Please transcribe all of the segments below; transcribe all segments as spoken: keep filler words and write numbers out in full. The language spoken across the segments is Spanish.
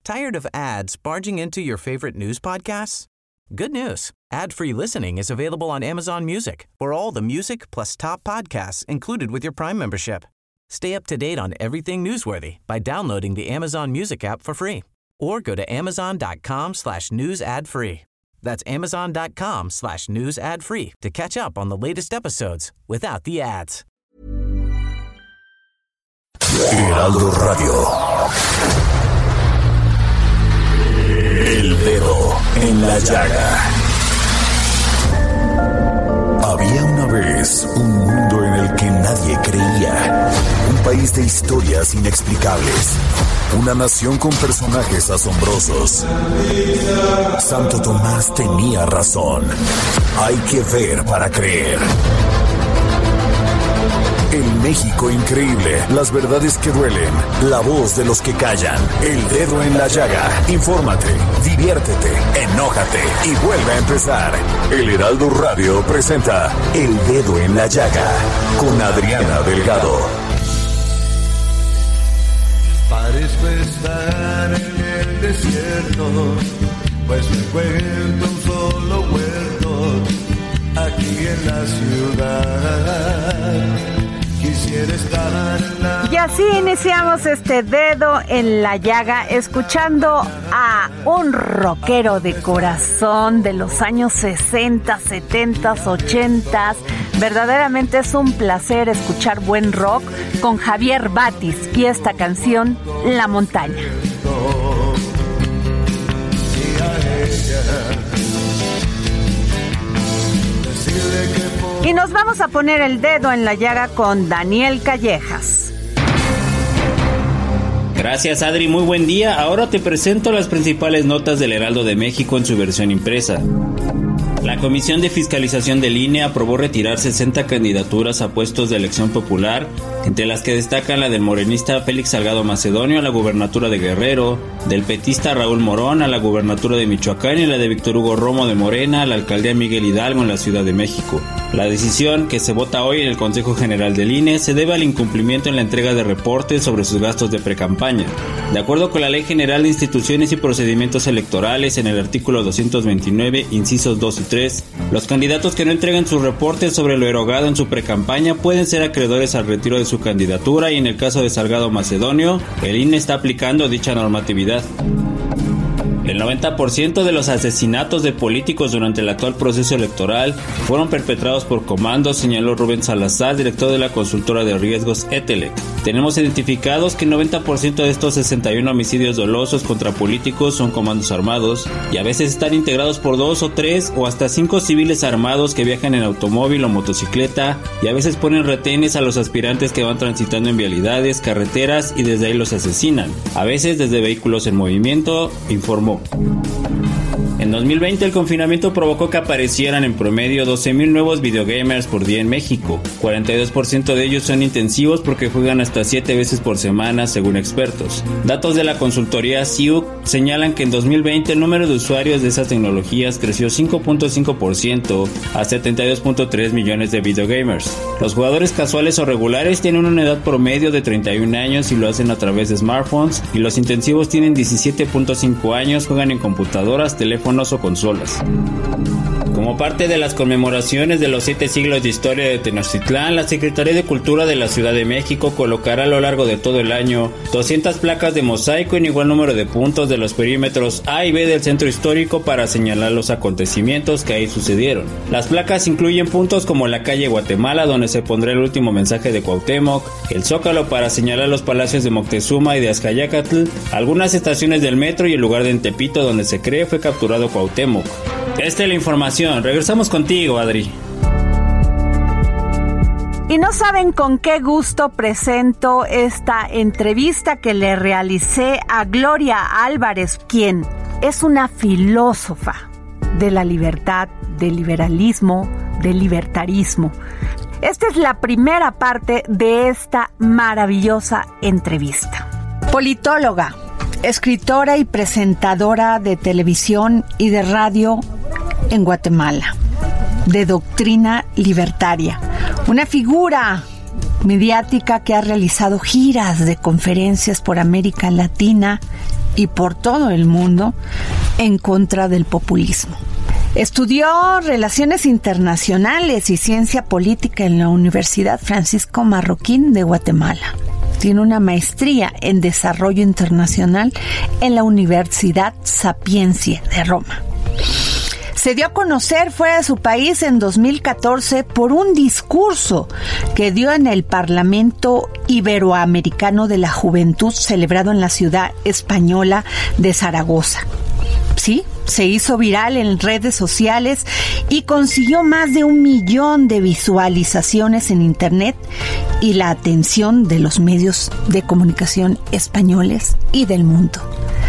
Tired of ads barging into your favorite news podcasts? Good news. Ad-free listening is available on Amazon Music for all the music plus top podcasts included with your Prime membership. Stay up to date on everything newsworthy by downloading the Amazon Music app for free or go to amazon.com slash news ad free. That's amazon.com slash news ad free to catch up on the latest episodes without the ads. Heraldo Radio. El dedo en la llaga. Había una vez un mundo en el que nadie creía. Un país de historias inexplicables. Una nación con personajes asombrosos. Santo Tomás tenía razón. Hay que ver para creer. El México increíble, las verdades que duelen, la voz de los que callan, el dedo en la llaga. Infórmate, diviértete, enójate y vuelve a empezar. El Heraldo Radio presenta El Dedo en la Llaga con Adriana Delgado. Parezco estar en el desierto, pues me encuentro un solo huerto aquí en la ciudad. Quisiera estar en la... Y así iniciamos este Dedo en la Llaga, escuchando a un rockero de corazón de los años sesenta, setenta, ochenta. Verdaderamente es un placer escuchar buen rock con Javier Batis y esta canción, La Montaña. Y nos vamos a poner el dedo en la llaga con Daniel Callejas. Gracias, Adri, muy buen día. Ahora te presento las principales notas del Heraldo de México en su versión impresa. La Comisión de Fiscalización del I N E aprobó retirar sesenta candidaturas a puestos de elección popular, entre las que destacan la del morenista Félix Salgado Macedonio a la gubernatura de Guerrero, del petista Raúl Morón a la gubernatura de Michoacán y la de Víctor Hugo Romo de Morena a la alcaldía Miguel Hidalgo en la Ciudad de México. La decisión, que se vota hoy en el Consejo General del I N E, se debe al incumplimiento en la entrega de reportes sobre sus gastos de precampaña. De acuerdo con la Ley General de Instituciones y Procedimientos Electorales, en el artículo doscientos veintinueve, incisos dos y tres, los candidatos que no entreguen sus reportes sobre lo erogado en su precampaña pueden ser acreedores al retiro de su candidatura, y en el caso de Salgado Macedonio, el I N E está aplicando dicha normatividad. El noventa por ciento de los asesinatos de políticos durante el actual proceso electoral fueron perpetrados por comandos, señaló Rubén Salazar, director de la consultora de riesgos Etelec. Tenemos identificados que el noventa por ciento de estos sesenta y uno homicidios dolosos contra políticos son comandos armados, y a veces están integrados por dos o tres o hasta cinco civiles armados que viajan en automóvil o motocicleta, y a veces ponen retenes a los aspirantes que van transitando en vialidades, carreteras, y desde ahí los asesinan, a veces desde vehículos en movimiento, informó. En dos mil veinte el confinamiento provocó que aparecieran en promedio doce mil nuevos videogamers por día en México. cuarenta y dos por ciento de ellos son intensivos porque juegan hasta siete veces por semana, según expertos. Datos de la consultoría C I U señalan que en dos mil veinte el número de usuarios de esas tecnologías creció cinco punto cinco por ciento a setenta y dos punto tres millones de videogamers. Los jugadores casuales o regulares tienen una edad promedio de treinta y un años y lo hacen a través de smartphones, y los intensivos tienen diecisiete punto cinco años, juegan en computadoras, teléfonos o consolas. Como parte de las conmemoraciones de los siete siglos de historia de Tenochtitlán, la Secretaría de Cultura de la Ciudad de México colocará a lo largo de todo el año doscientas placas de mosaico en igual número de puntos de los perímetros A y B del centro histórico para señalar los acontecimientos que ahí sucedieron. Las placas incluyen puntos como la calle Guatemala, donde se pondrá el último mensaje de Cuauhtémoc, el Zócalo para señalar los palacios de Moctezuma y de Azcayácatl, algunas estaciones del metro y el lugar de Tepito donde se cree fue capturado Cuauhtémoc. Esta es la información. Regresamos contigo, Adri. Y no saben con qué gusto presento esta entrevista que le realicé a Gloria Álvarez, quien es una filósofa de la libertad, del liberalismo, del libertarismo. Esta es la primera parte de esta maravillosa entrevista. Politóloga, escritora y presentadora de televisión y de radio en Guatemala, de doctrina libertaria, una figura mediática que ha realizado giras de conferencias por América Latina y por todo el mundo en contra del populismo. Estudió Relaciones Internacionales y Ciencia Política en la Universidad Francisco Marroquín de Guatemala. Tiene una maestría en Desarrollo Internacional en la Universidad Sapientia de Roma. Se dio a conocer fuera de su país en dos mil catorce por un discurso que dio en el Parlamento Iberoamericano de la Juventud celebrado en la ciudad española de Zaragoza. Sí, se hizo viral en redes sociales y consiguió más de un millón de visualizaciones en internet y la atención de los medios de comunicación españoles y del mundo.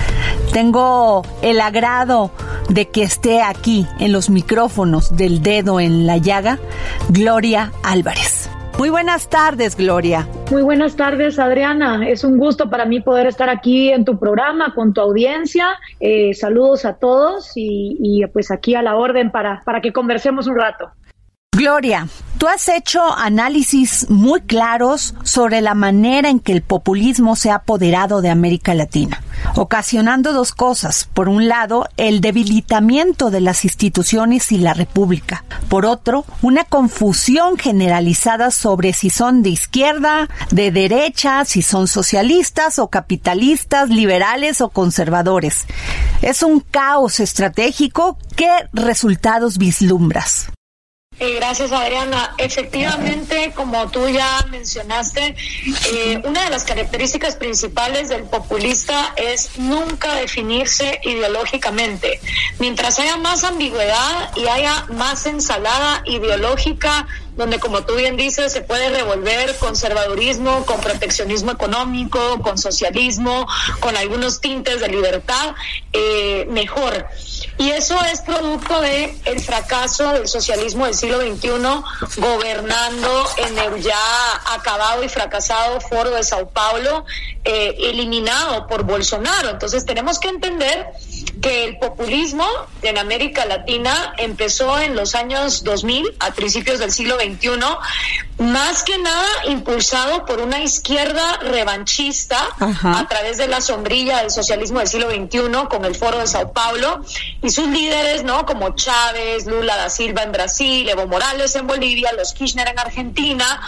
Tengo el agrado de que esté aquí en los micrófonos del Dedo en la Llaga, Gloria Álvarez. Muy buenas tardes, Gloria. Muy buenas tardes, Adriana. Es un gusto para mí poder estar aquí en tu programa con tu audiencia. Eh, saludos a todos y, y pues aquí a la orden para, para que conversemos un rato. Gloria, tú has hecho análisis muy claros sobre la manera en que el populismo se ha apoderado de América Latina, ocasionando dos cosas. Por un lado, el debilitamiento de las instituciones y la república. Por otro, una confusión generalizada sobre si son de izquierda, de derecha, si son socialistas o capitalistas, liberales o conservadores. Es un caos estratégico. ¿Qué resultados vislumbras? Eh, gracias, Adriana. Efectivamente, como tú ya mencionaste, eh, una de las características principales del populista es nunca definirse ideológicamente. Mientras haya más ambigüedad y haya más ensalada ideológica, donde, como tú bien dices, se puede revolver conservadurismo con proteccionismo económico, con socialismo, con algunos tintes de libertad, eh, mejor. Y eso es producto de el fracaso del socialismo del siglo veintiuno gobernando en el ya acabado y fracasado Foro de Sao Paulo, eh, eliminado por Bolsonaro. Entonces tenemos que entender que el populismo en América Latina empezó en los años dos mil, a principios del siglo veintiuno, más que nada impulsado por una izquierda revanchista. Ajá. A través de la sombrilla del socialismo del siglo veintiuno con el Foro de Sao Paulo y sus líderes, ¿no? Como Chávez, Lula da Silva en Brasil, Evo Morales en Bolivia, los Kirchner en Argentina,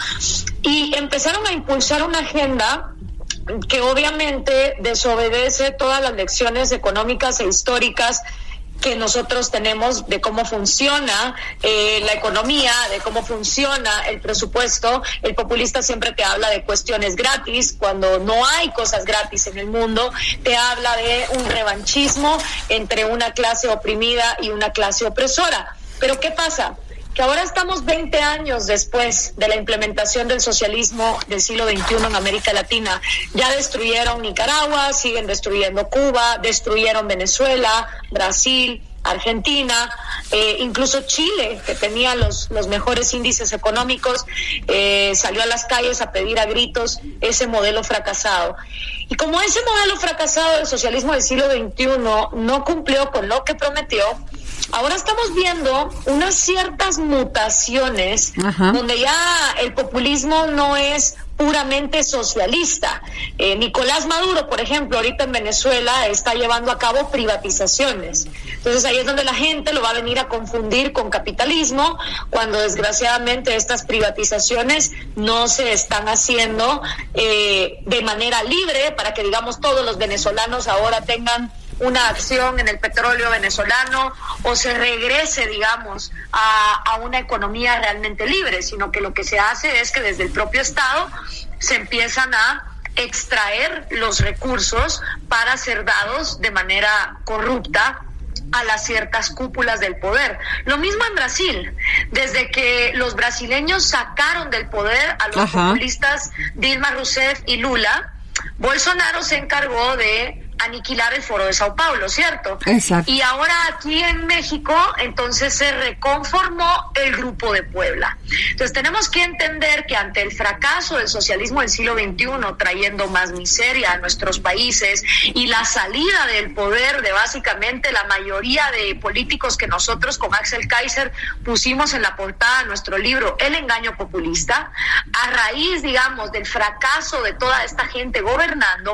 y empezaron a impulsar una agenda que obviamente desobedece todas las lecciones económicas e históricas que nosotros tenemos de cómo funciona eh, la economía, de cómo funciona el presupuesto. El populista siempre te habla de cuestiones gratis, cuando no hay cosas gratis en el mundo. Te habla de un revanchismo entre una clase oprimida y una clase opresora. Pero ¿qué pasa? Que ahora estamos veinte años después de la implementación del socialismo del siglo veintiuno en América Latina. Ya destruyeron Nicaragua, siguen destruyendo Cuba, destruyeron Venezuela, Brasil, Argentina, eh, incluso Chile, que tenía los, los mejores índices económicos, eh, salió a las calles a pedir a gritos ese modelo fracasado. Y como ese modelo fracasado del socialismo del siglo veintiuno no cumplió con lo que prometió, ahora estamos viendo unas ciertas mutaciones. Ajá. Donde ya el populismo no es puramente socialista. Eh, Nicolás Maduro, por ejemplo, ahorita en Venezuela está llevando a cabo privatizaciones. Entonces ahí es donde la gente lo va a venir a confundir con capitalismo, cuando desgraciadamente estas privatizaciones no se están haciendo eh, de manera libre para que, digamos, todos los venezolanos ahora tengan una acción en el petróleo venezolano o se regrese, digamos, a, a una economía realmente libre, sino que lo que se hace es que desde el propio Estado se empiezan a extraer los recursos para ser dados de manera corrupta a las ciertas cúpulas del poder. Lo mismo en Brasil. Desde que los brasileños sacaron del poder a los Ajá. populistas Dilma Rousseff y Lula, Bolsonaro se encargó de aniquilar el Foro de Sao Paulo, ¿cierto? Exacto. Y ahora aquí en México, entonces se reconformó el Grupo de Puebla. Entonces tenemos que entender que ante el fracaso del socialismo del siglo veintiuno, trayendo más miseria a nuestros países y la salida del poder de básicamente la mayoría de políticos que nosotros con Axel Kaiser pusimos en la portada de nuestro libro El engaño populista, a raíz, digamos, del fracaso de toda esta gente gobernando,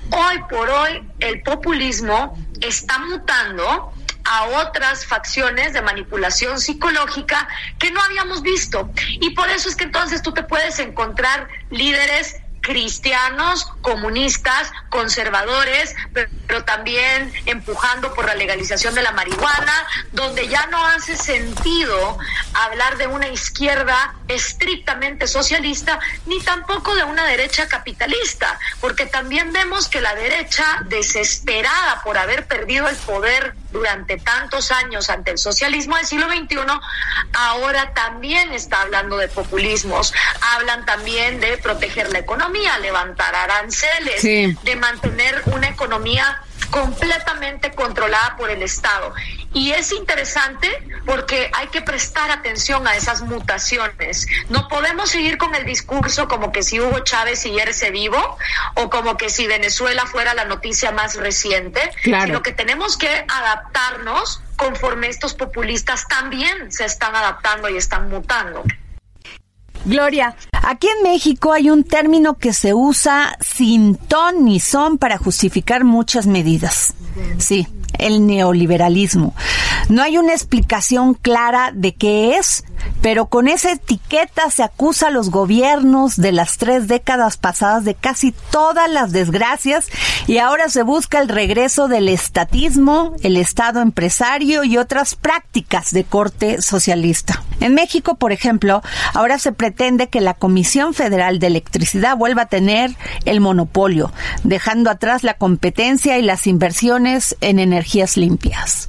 Hoy por hoy el populismo está mutando a otras facciones de manipulación psicológica que no habíamos visto. Y por eso es que entonces tú te puedes encontrar líderes cristianos, comunistas, conservadores, pero, pero también empujando por la legalización de la marihuana, donde ya no hace sentido hablar de una izquierda estrictamente socialista, ni tampoco de una derecha capitalista, porque también vemos que la derecha, desesperada por haber perdido el poder durante tantos años ante el socialismo del siglo veintiuno, ahora también está hablando de populismos, hablan también de proteger la economía, levantar aranceles, sí, de mantener una economía completamente controlada por el Estado. Y es interesante porque hay que prestar atención a esas mutaciones. No podemos seguir con el discurso como que si Hugo Chávez siguiese vivo o como que si Venezuela fuera la noticia más reciente, claro, sino que tenemos que adaptarnos conforme estos populistas también se están adaptando y están mutando. Gloria, aquí en México hay un término que se usa sin ton ni son para justificar muchas medidas. Sí, el neoliberalismo. No hay una explicación clara de qué es, pero con esa etiqueta se acusa a los gobiernos de las tres décadas pasadas de casi todas las desgracias y ahora se busca el regreso del estatismo, el Estado empresario y otras prácticas de corte socialista. En México, por ejemplo, ahora se pretende que la Comisión Federal de Electricidad vuelva a tener el monopolio, dejando atrás la competencia y las inversiones en energías limpias.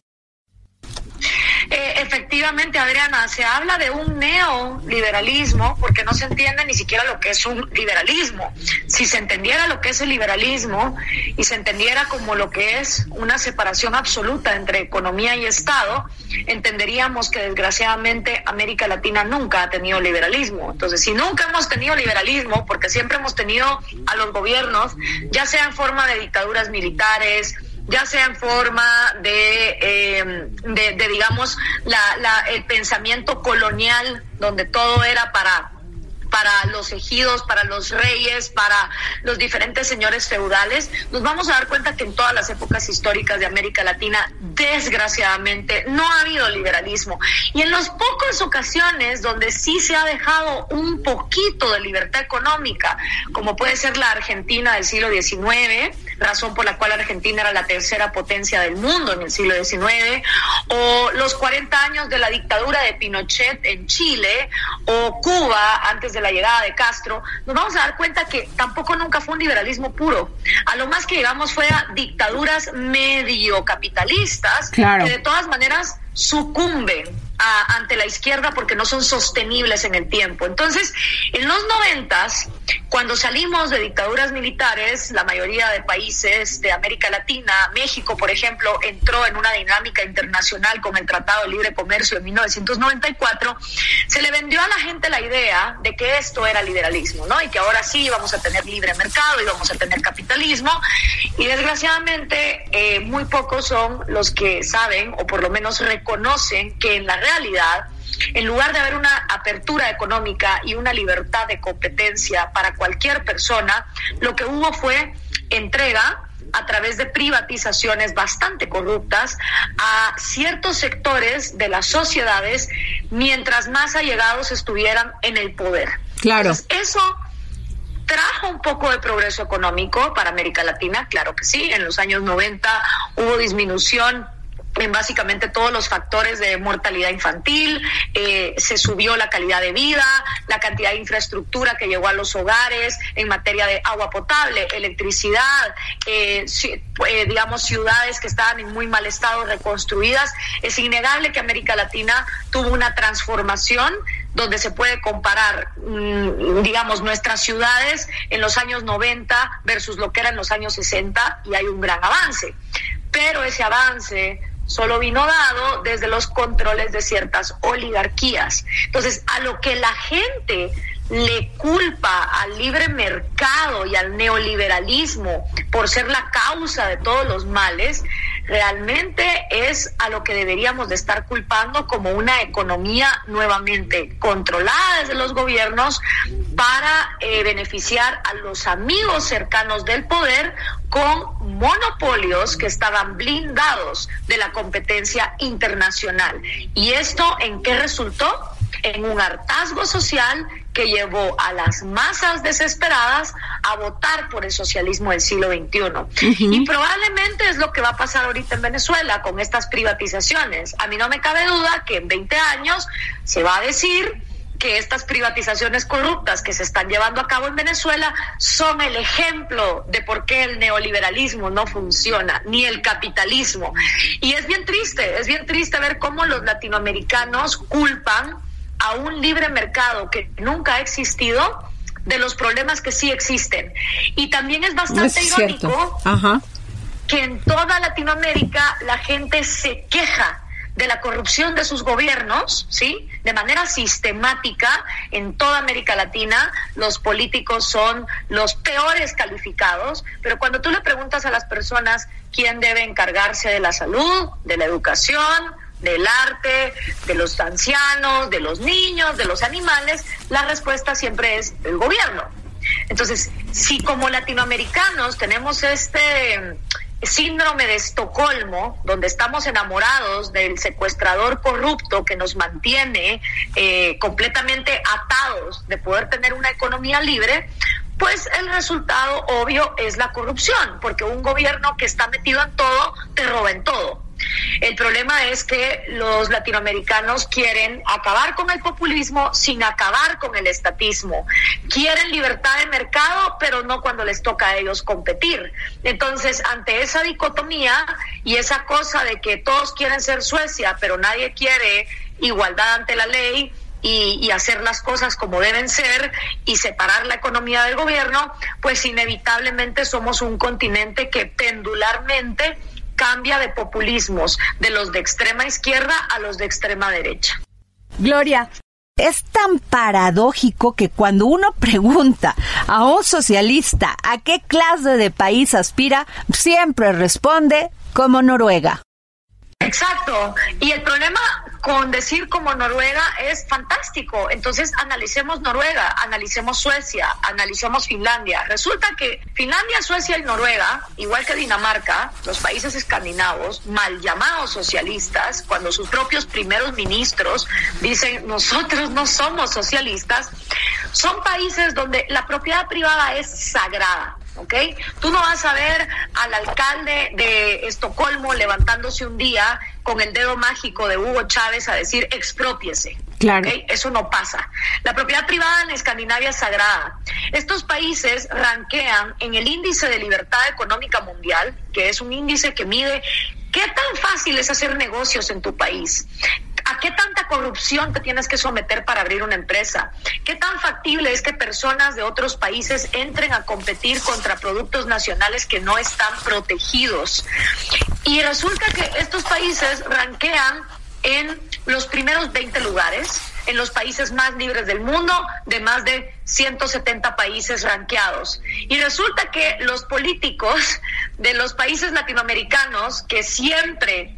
Eh, efectivamente, Adriana, se habla de un neoliberalismo porque no se entiende ni siquiera lo que es un liberalismo. Si se entendiera lo que es el liberalismo y se entendiera como lo que es una separación absoluta entre economía y Estado, entenderíamos que desgraciadamente América Latina nunca ha tenido liberalismo. Entonces, si nunca hemos tenido liberalismo, porque siempre hemos tenido a los gobiernos, ya sea en forma de dictaduras militares, ya sea en forma de, eh, de, de digamos, la, la, el pensamiento colonial, donde todo era para, para los ejidos, para los reyes, para los diferentes señores feudales, nos vamos a dar cuenta que en todas las épocas históricas de América Latina, desgraciadamente, no ha habido liberalismo. Y en las pocas ocasiones donde sí se ha dejado un poquito de libertad económica, como puede ser la Argentina del siglo diecinueve, razón por la cual Argentina era la tercera potencia del mundo en el siglo diecinueve, o los cuarenta años de la dictadura de Pinochet en Chile, o Cuba antes de la llegada de Castro, nos vamos a dar cuenta que tampoco nunca fue un liberalismo puro. A lo más que llegamos fue a dictaduras medio capitalistas, claro, que de todas maneras sucumben a, ante la izquierda porque no son sostenibles en el tiempo. Entonces, en los noventas, cuando salimos de dictaduras militares, la mayoría de países de América Latina, México, por ejemplo, entró en una dinámica internacional con el Tratado de Libre Comercio en mil novecientos noventa y cuatro, se le vendió a la gente la idea de que esto era liberalismo, ¿no? Y que ahora sí íbamos a tener libre mercado, íbamos a tener capitalismo, y desgraciadamente eh, muy pocos son los que saben, o por lo menos reconocen, que en la realidad, en lugar de haber una apertura económica y una libertad de competencia para cualquier persona, lo que hubo fue entrega a través de privatizaciones bastante corruptas a ciertos sectores de las sociedades mientras más allegados estuvieran en el poder. Claro. Entonces, eso trajo un poco de progreso económico para América Latina, claro que sí. En los años noventa hubo disminución en básicamente todos los factores de mortalidad infantil, eh, se subió la calidad de vida, la cantidad de infraestructura que llegó a los hogares en materia de agua potable, electricidad, eh, eh, digamos ciudades que estaban en muy mal estado reconstruidas. Es innegable que América Latina tuvo una transformación donde se puede comparar, mmm, digamos, nuestras ciudades en los años noventa versus lo que era en los años sesenta, y hay un gran avance. Pero ese avance solo vino dado desde los controles de ciertas oligarquías. Entonces, a lo que la gente le culpa al libre mercado y al neoliberalismo por ser la causa de todos los males, realmente es a lo que deberíamos de estar culpando como una economía nuevamente controlada desde los gobiernos, para eh, beneficiar a los amigos cercanos del poder con monopolios que estaban blindados de la competencia internacional. ¿Y esto en qué resultó? En un hartazgo social que llevó a las masas desesperadas a votar por el socialismo del siglo veintiuno. Uh-huh. Y probablemente es lo que va a pasar ahorita en Venezuela con estas privatizaciones. A mí no me cabe duda que en veinte años se va a decir que estas privatizaciones corruptas que se están llevando a cabo en Venezuela son el ejemplo de por qué el neoliberalismo no funciona, ni el capitalismo. Y es bien triste, es bien triste ver cómo los latinoamericanos culpan a un libre mercado que nunca ha existido de los problemas que sí existen. Y también es bastante es irónico Ajá. que en toda Latinoamérica la gente se queja de la corrupción de sus gobiernos, ¿sí? De manera sistemática, en toda América Latina, los políticos son los peores calificados, pero cuando tú le preguntas a las personas quién debe encargarse de la salud, de la educación, del arte, de los ancianos, de los niños, de los animales, la respuesta siempre es el gobierno. Entonces, si como latinoamericanos tenemos este síndrome de Estocolmo, donde estamos enamorados del secuestrador corrupto que nos mantiene eh, completamente atados de poder tener una economía libre, pues el resultado obvio es la corrupción, porque un gobierno que está metido en todo, te roba en todo. El problema es que los latinoamericanos quieren acabar con el populismo sin acabar con el estatismo. Quieren libertad de mercado, pero no cuando les toca a ellos competir. Entonces, ante esa dicotomía y esa cosa de que todos quieren ser Suecia, pero nadie quiere igualdad ante la ley, Y, y hacer las cosas como deben ser y separar la economía del gobierno, pues inevitablemente somos un continente que pendularmente cambia de populismos, de los de extrema izquierda a los de extrema derecha. Gloria, es tan paradójico que cuando uno pregunta a un socialista a qué clase de país aspira, siempre responde como Noruega. Exacto, y el problema con decir como Noruega es fantástico. Entonces analicemos Noruega, analicemos Suecia, analicemos Finlandia. Resulta que Finlandia, Suecia y Noruega, igual que Dinamarca, los países escandinavos, mal llamados socialistas, cuando sus propios primeros ministros dicen nosotros no somos socialistas, son países donde la propiedad privada es sagrada. ¿Ok? Tú no vas a ver al alcalde de Estocolmo levantándose un día con el dedo mágico de Hugo Chávez a decir exprópiese. Claro. ¿Okay? Eso no pasa. La propiedad privada en Escandinavia es sagrada. Estos países ranquean en el índice de libertad económica mundial, que es un índice que mide qué tan fácil es hacer negocios en tu país. ¿A qué tanta corrupción te tienes que someter para abrir una empresa? ¿Qué tan factible es que personas de otros países entren a competir contra productos nacionales que no están protegidos? Y resulta que estos países ranquean en los primeros veinte lugares, en los países más libres del mundo, de más de ciento setenta países ranqueados. Y resulta que los políticos de los países latinoamericanos, que siempre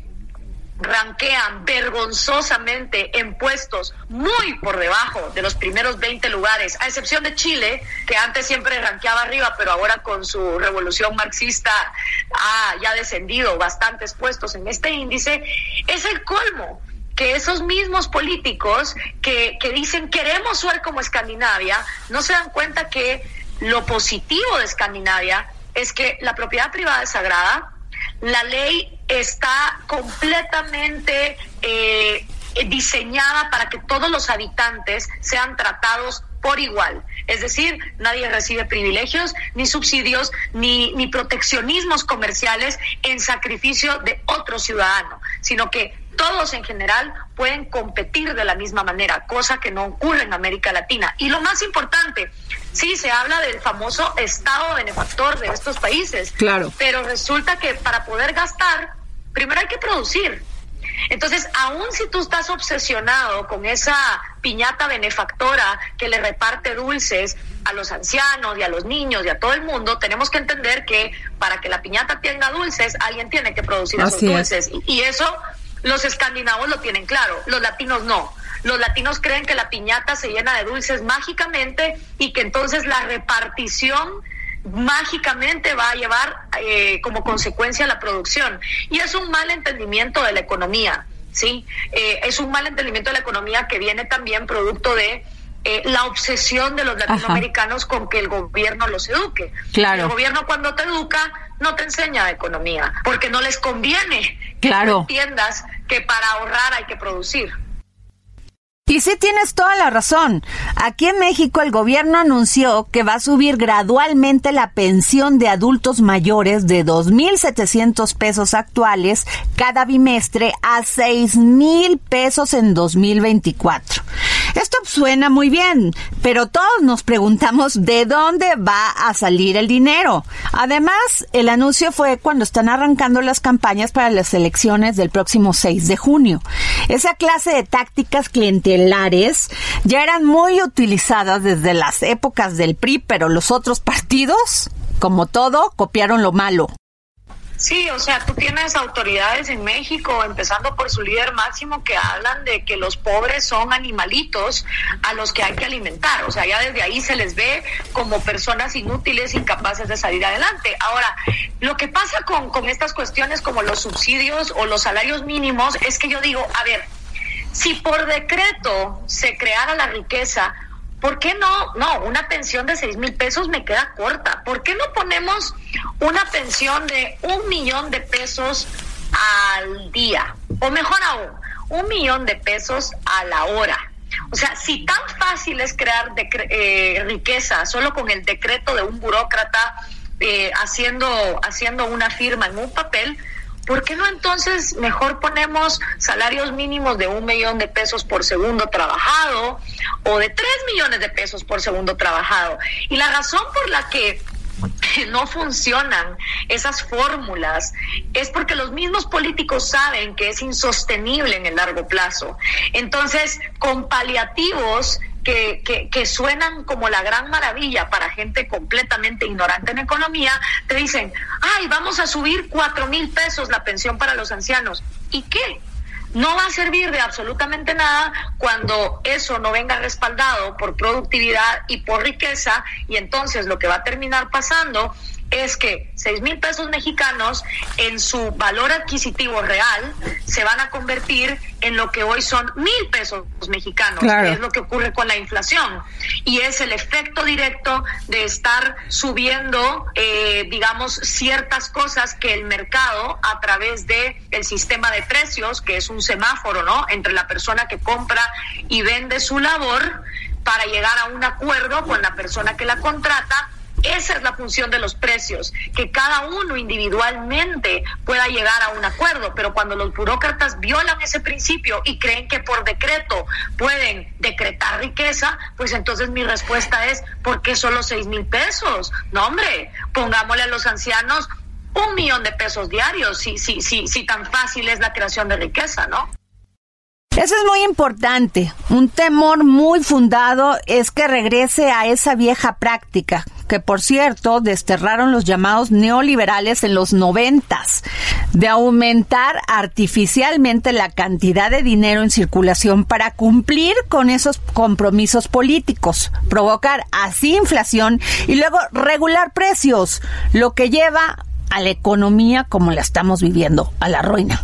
ranquean vergonzosamente en puestos muy por debajo de los primeros veinte lugares, a excepción de Chile, que antes siempre ranqueaba arriba, pero ahora con su revolución marxista ha ya descendido bastantes puestos en este índice. Es el colmo que esos mismos políticos que, que dicen queremos ser como Escandinavia, no se dan cuenta que lo positivo de Escandinavia es que la propiedad privada es sagrada, la ley está completamente eh, diseñada para que todos los habitantes sean tratados por igual. Es decir, nadie recibe privilegios, ni subsidios, ni, ni proteccionismos comerciales en sacrificio de otro ciudadano, sino que todos en general pueden competir de la misma manera, cosa que no ocurre en América Latina. Y lo más importante, sí, se habla del famoso Estado benefactor de estos países, claro, pero resulta que para poder gastar, primero hay que producir. Entonces, aun si tú estás obsesionado con esa piñata benefactora que le reparte dulces a los ancianos y a los niños y a todo el mundo, tenemos que entender que para que la piñata tenga dulces, alguien tiene que producir Así esos dulces. Y, y eso Los escandinavos lo tienen claro, los latinos no. Los latinos creen que la piñata se llena de dulces mágicamente y que entonces la repartición mágicamente va a llevar eh, como consecuencia la producción. Y es un mal entendimiento de la economía, ¿sí? Eh, es un mal entendimiento de la economía que viene también producto de eh, la obsesión de los latinoamericanos Ajá. con que el gobierno los eduque. Claro. El gobierno cuando te educa no te enseña de economía, porque no les conviene que claro. tú entiendas que para ahorrar hay que producir. Y sí tienes toda la razón. Aquí en México el gobierno anunció que va a subir gradualmente la pensión de adultos mayores de dos mil setecientos pesos actuales cada bimestre a seis mil pesos en dos mil veinticuatro. Esto suena muy bien, pero todos nos preguntamos de dónde va a salir el dinero. Además, el anuncio fue cuando están arrancando las campañas para las elecciones del próximo seis de junio. Esa clase de tácticas clientelares ya eran muy utilizadas desde las épocas del P R I, pero los otros partidos, como todo, copiaron lo malo. Sí, o sea, tú tienes autoridades en México, empezando por su líder máximo, que hablan de que los pobres son animalitos a los que hay que alimentar. O sea, ya desde ahí se les ve como personas inútiles, incapaces de salir adelante. Ahora, lo que pasa con, con estas cuestiones como los subsidios o los salarios mínimos es que yo digo, a ver, si por decreto se creara la riqueza, ¿por qué no? No, una pensión de seis mil pesos me queda corta. ¿Por qué no ponemos una pensión de un millón de pesos al día? O mejor aún, un millón de pesos a la hora. O sea, si tan fácil es crear decre- eh, riqueza solo con el decreto de un burócrata eh, haciendo, haciendo una firma en un papel, ¿por qué no entonces mejor ponemos salarios mínimos de un millón de pesos por segundo trabajado o de tres millones de pesos por segundo trabajado? Y la razón por la que no funcionan esas fórmulas es porque los mismos políticos saben que es insostenible en el largo plazo. Entonces, con paliativos Que, que, que suenan como la gran maravilla para gente completamente ignorante en economía, te dicen, ay, vamos a subir cuatro mil pesos la pensión para los ancianos. ¿Y qué? No va a servir de absolutamente nada cuando eso no venga respaldado por productividad y por riqueza, y entonces lo que va a terminar pasando es que seis mil pesos mexicanos en su valor adquisitivo real se van a convertir en lo que hoy son mil pesos mexicanos, claro. que es lo que ocurre con la inflación, y es el efecto directo de estar subiendo, eh, digamos, ciertas cosas que el mercado, a través de el sistema de precios, que es un semáforo, ¿no?, entre la persona que compra y vende su labor, para llegar a un acuerdo con la persona que la contrata. Esa es la función de los precios, que cada uno individualmente pueda llegar a un acuerdo, pero cuando los burócratas violan ese principio y creen que por decreto pueden decretar riqueza, pues entonces mi respuesta es, ¿por qué solo seis mil pesos? No, hombre, pongámosle a los ancianos un millón de pesos diarios, si, si, si, si tan fácil es la creación de riqueza, ¿no? Eso es muy importante. Un temor muy fundado es que regrese a esa vieja práctica, que por cierto desterraron los llamados neoliberales en los noventas, de aumentar artificialmente la cantidad de dinero en circulación para cumplir con esos compromisos políticos, provocar así inflación y luego regular precios, lo que lleva a la economía como la estamos viviendo, a la ruina.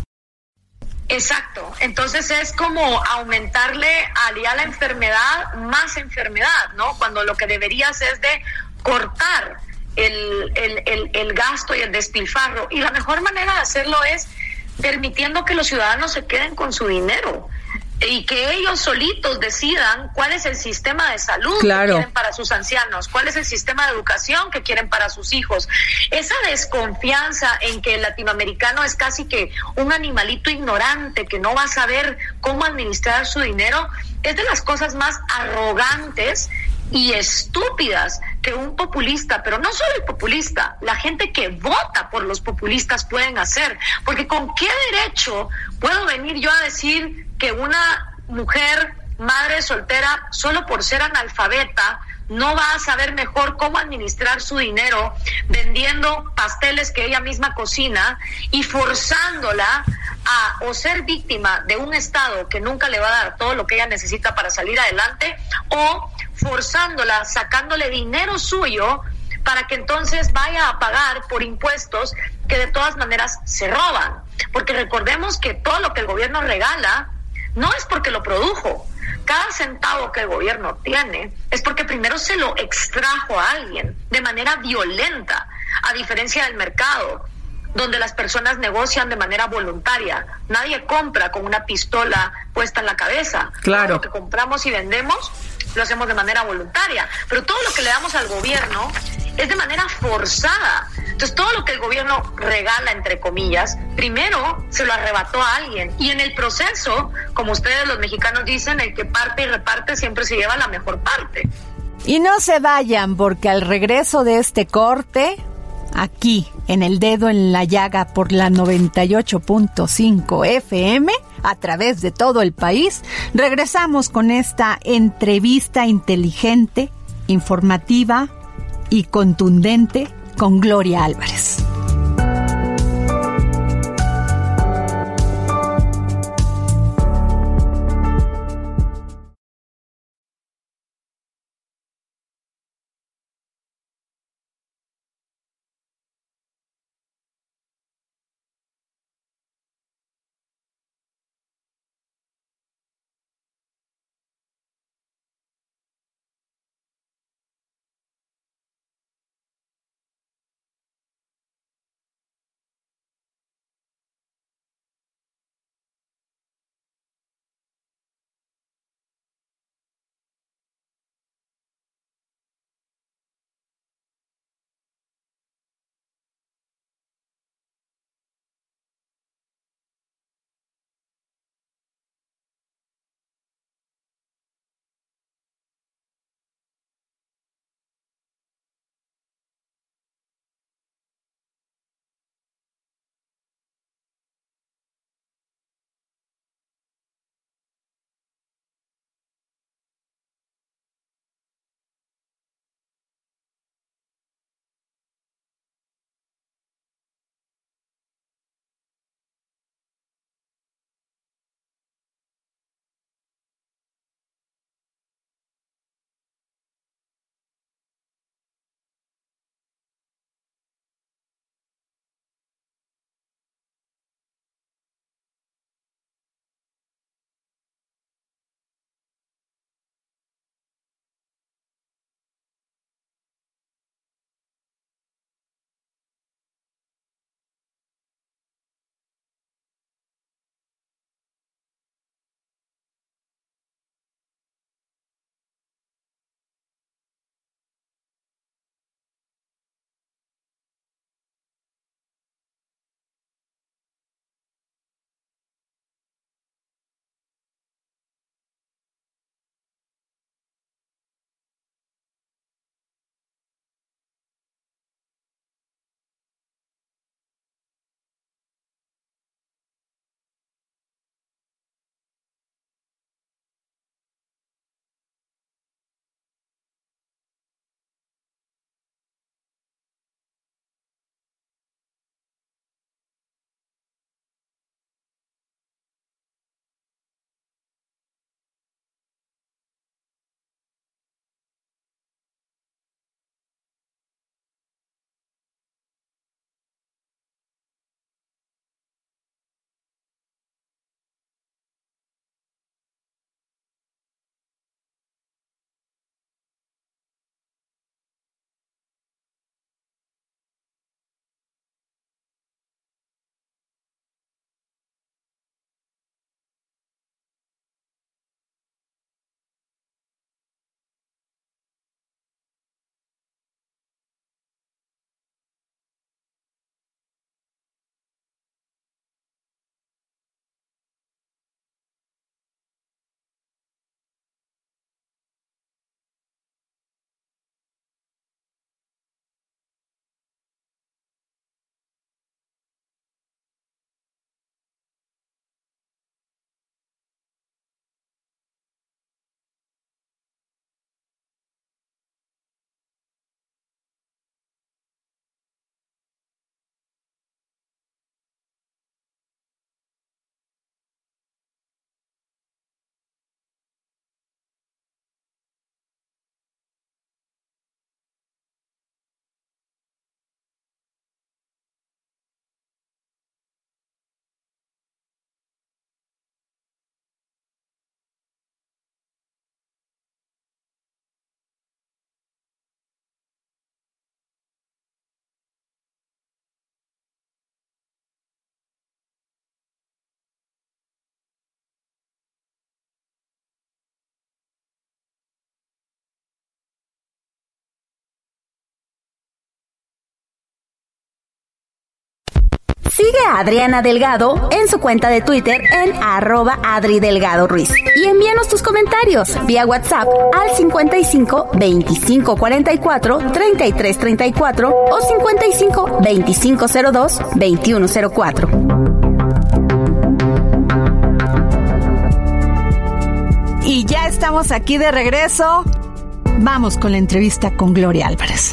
Exacto, entonces es como aumentarle a la enfermedad más enfermedad, ¿no? Cuando lo que deberías es de cortar el, el, el, el gasto y el despilfarro, y la mejor manera de hacerlo es permitiendo que los ciudadanos se queden con su dinero y que ellos solitos decidan cuál es el sistema de salud claro. que quieren para sus ancianos, cuál es el sistema de educación que quieren para sus hijos. Esa desconfianza en que el latinoamericano es casi que un animalito ignorante que no va a saber cómo administrar su dinero, es de las cosas más arrogantes y estúpidas que un populista, pero no solo el populista, la gente que vota por los populistas pueden hacer, porque ¿con qué derecho puedo venir yo a decir que una mujer madre soltera, solo por ser analfabeta, no va a saber mejor cómo administrar su dinero vendiendo pasteles que ella misma cocina y forzándola a o ser víctima de un Estado que nunca le va a dar todo lo que ella necesita para salir adelante, o forzándola, sacándole dinero suyo para que entonces vaya a pagar por impuestos que de todas maneras se roban. Porque recordemos que todo lo que el gobierno regala no es porque lo produjo. Cada centavo que el gobierno tiene es porque primero se lo extrajo a alguien de manera violenta, a diferencia del mercado, donde las personas negocian de manera voluntaria. Nadie compra con una pistola puesta en la cabeza. Claro. Todo lo que compramos y vendemos lo hacemos de manera voluntaria, pero todo lo que le damos al gobierno es de manera forzada. Entonces, todo lo que el gobierno regala, entre comillas, primero se lo arrebató a alguien. Y en el proceso, como ustedes los mexicanos dicen, el que parte y reparte siempre se lleva la mejor parte. Y no se vayan, porque al regreso de este corte, aquí, en El Dedo en la Llaga por la noventa y ocho punto cinco F M, a través de todo el país, regresamos con esta entrevista inteligente, informativa y contundente con Gloria Álvarez. Sigue a Adriana Delgado en su cuenta de Twitter en arroba Adri Delgado Ruiz. Y envíanos tus comentarios vía WhatsApp al cincuenta y cinco veinticinco cuarenta y cuatro treinta y tres treinta y cuatro o cincuenta y cinco veinticinco cero dos veintiuno cero cuatro. Y ya estamos aquí de regreso. Vamos con la entrevista con Gloria Álvarez.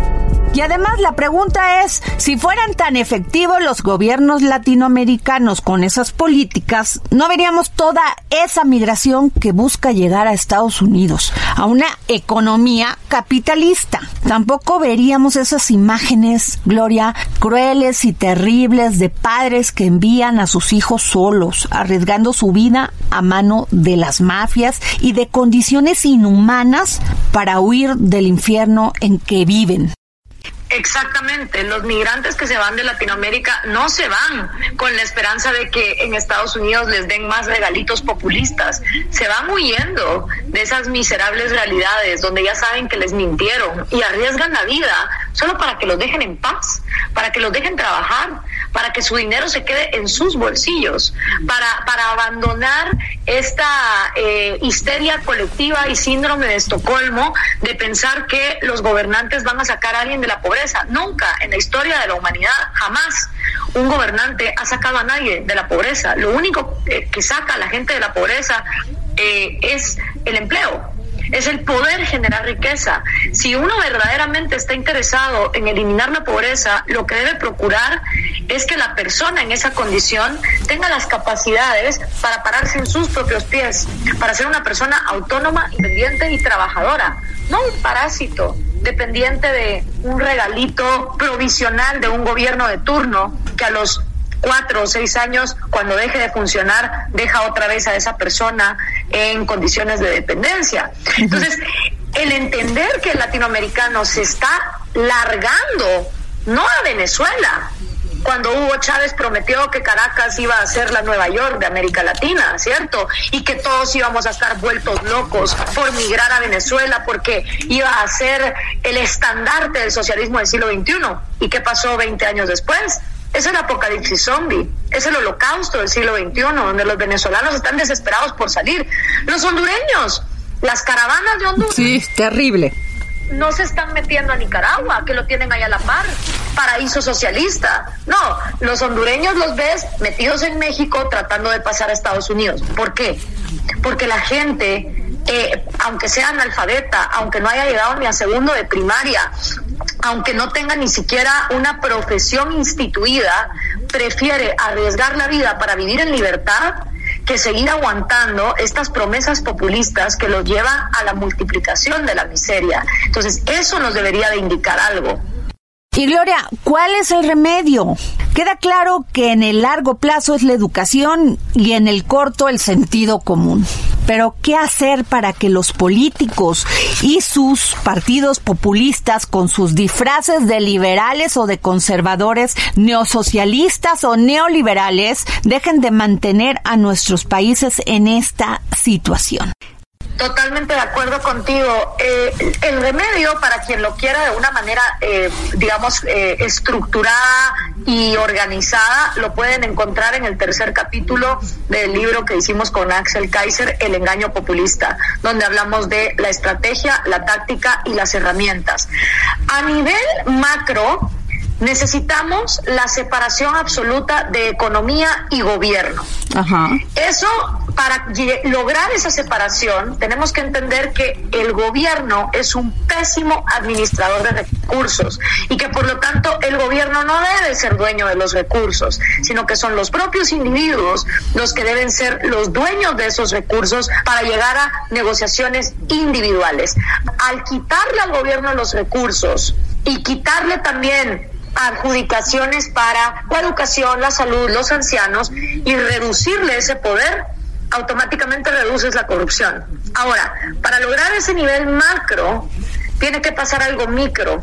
Y además la pregunta es, si fueran tan efectivos los gobiernos latinoamericanos con esas políticas, no veríamos toda esa migración que busca llegar a Estados Unidos, a una economía capitalista. Tampoco veríamos esas imágenes, Gloria, crueles y terribles de padres que envían a sus hijos solos, arriesgando su vida a mano de las mafias y de condiciones inhumanas para huir del infierno en que viven. Exactamente, los migrantes que se van de Latinoamérica no se van con la esperanza de que en Estados Unidos les den más regalitos populistas, se van huyendo de esas miserables realidades donde ya saben que les mintieron y arriesgan la vida solo para que los dejen en paz, para que los dejen trabajar, para que su dinero se quede en sus bolsillos, para, para abandonar esta eh, histeria colectiva y síndrome de Estocolmo de pensar que los gobernantes van a sacar a alguien de la pobreza. Nunca en la historia de la humanidad, jamás un gobernante ha sacado a nadie de la pobreza. Lo único eh, que saca a la gente de la pobreza eh, es el empleo, es el poder generar riqueza. Si uno verdaderamente está interesado en eliminar la pobreza, lo que debe procurar es que la persona en esa condición tenga las capacidades para pararse en sus propios pies, para ser una persona autónoma, independiente y trabajadora, no un parásito dependiente de un regalito provisional de un gobierno de turno que a los cuatro o seis años, cuando deje de funcionar, deja otra vez a esa persona en condiciones de dependencia. Entonces, el entender que el latinoamericano se está largando, no a Venezuela, cuando Hugo Chávez prometió que Caracas iba a ser la Nueva York de América Latina, ¿cierto? Y que todos íbamos a estar vueltos locos por migrar a Venezuela porque iba a ser el estandarte del socialismo del siglo veintiuno. ¿Y qué pasó veinte años después? Es el apocalipsis zombie, es el holocausto del siglo veintiuno, donde los venezolanos están desesperados por salir. Los hondureños, las caravanas de Honduras. Sí, terrible. No se están metiendo a Nicaragua, que lo tienen ahí a la par, paraíso socialista. No, los hondureños los ves metidos en México tratando de pasar a Estados Unidos. ¿Por qué? Porque la gente, eh, aunque sea analfabeta, aunque no haya llegado ni a segundo de primaria, aunque no tenga ni siquiera una profesión instituida, prefiere arriesgar la vida para vivir en libertad que seguir aguantando estas promesas populistas que los llevan a la multiplicación de la miseria. Entonces, eso nos debería de indicar algo. Y Gloria, ¿cuál es el remedio? Queda claro que en el largo plazo es la educación y en el corto el sentido común. Pero ¿qué hacer para que los políticos y sus partidos populistas, con sus disfraces de liberales o de conservadores, neosocialistas o neoliberales, dejen de mantener a nuestros países en esta situación? Totalmente de acuerdo contigo. Eh, el remedio, para quien lo quiera de una manera, eh, digamos, eh, estructurada y organizada, lo pueden encontrar en el tercer capítulo del libro que hicimos con Axel Kaiser, El engaño populista, donde hablamos de la estrategia, la táctica y las herramientas. A nivel macro, necesitamos la separación absoluta de economía y gobierno. Ajá. Eso, para lograr esa separación, tenemos que entender que el gobierno es un pésimo administrador de recursos y que por lo tanto el gobierno no debe ser dueño de los recursos, sino que son los propios individuos los que deben ser los dueños de esos recursos para llegar a negociaciones individuales. Al quitarle al gobierno los recursos y quitarle también adjudicaciones para la educación, la salud, los ancianos y reducirle ese poder, automáticamente reduces la corrupción. Ahora, para lograr ese nivel macro, tiene que pasar algo micro,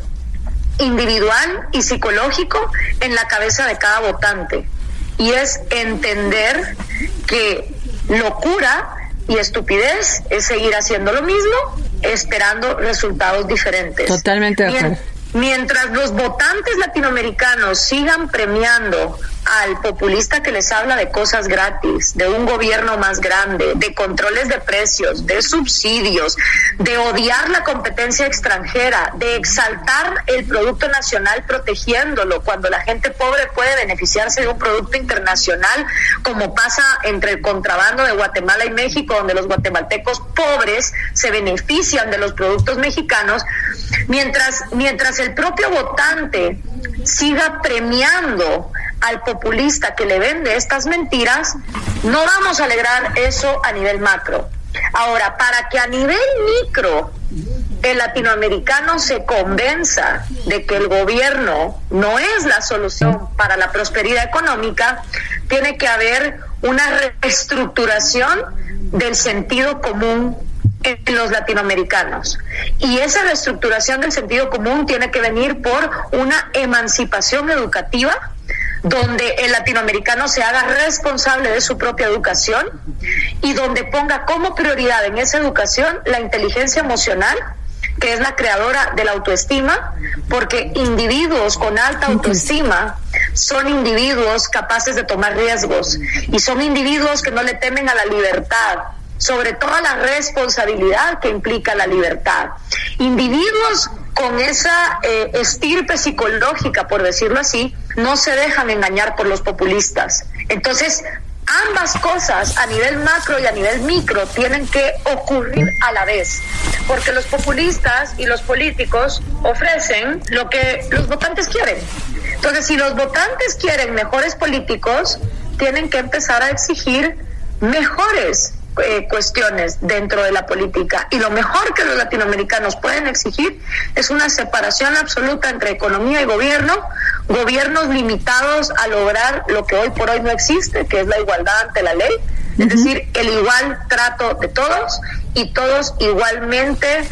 individual y psicológico en la cabeza de cada votante, y es entender que locura y estupidez es seguir haciendo lo mismo, esperando resultados diferentes. Totalmente de acuerdo. Mientras los votantes latinoamericanos sigan premiando al populista que les habla de cosas gratis, de un gobierno más grande, de controles de precios, de subsidios, de odiar la competencia extranjera, de exaltar el producto nacional protegiéndolo cuando la gente pobre puede beneficiarse de un producto internacional, como pasa entre el contrabando de Guatemala y México, donde los guatemaltecos pobres se benefician de los productos mexicanos, mientras, mientras el propio votante siga premiando al populista que le vende estas mentiras, no vamos a lograr eso a nivel macro. Ahora, para que a nivel micro el latinoamericano se convenza de que el gobierno no es la solución para la prosperidad económica, tiene que haber una reestructuración del sentido común en los latinoamericanos. Y esa reestructuración del sentido común tiene que venir por una emancipación educativa, donde el latinoamericano se haga responsable de su propia educación y donde ponga como prioridad en esa educación la inteligencia emocional, que es la creadora de la autoestima, porque individuos con alta autoestima son individuos capaces de tomar riesgos y son individuos que no le temen a la libertad, sobre todo a la responsabilidad que implica la libertad. Individuos con esa eh, estirpe psicológica, por decirlo así, no se dejan engañar por los populistas. Entonces, ambas cosas, a nivel macro y a nivel micro, tienen que ocurrir a la vez, porque los populistas y los políticos ofrecen lo que los votantes quieren. Entonces, si los votantes quieren mejores políticos, tienen que empezar a exigir mejores Eh, cuestiones dentro de la política, y lo mejor que los latinoamericanos pueden exigir es una separación absoluta entre economía y gobierno, gobiernos limitados a lograr lo que hoy por hoy no existe, que es la igualdad ante la ley, uh-huh. Es decir, el igual trato de todos y todos igualmente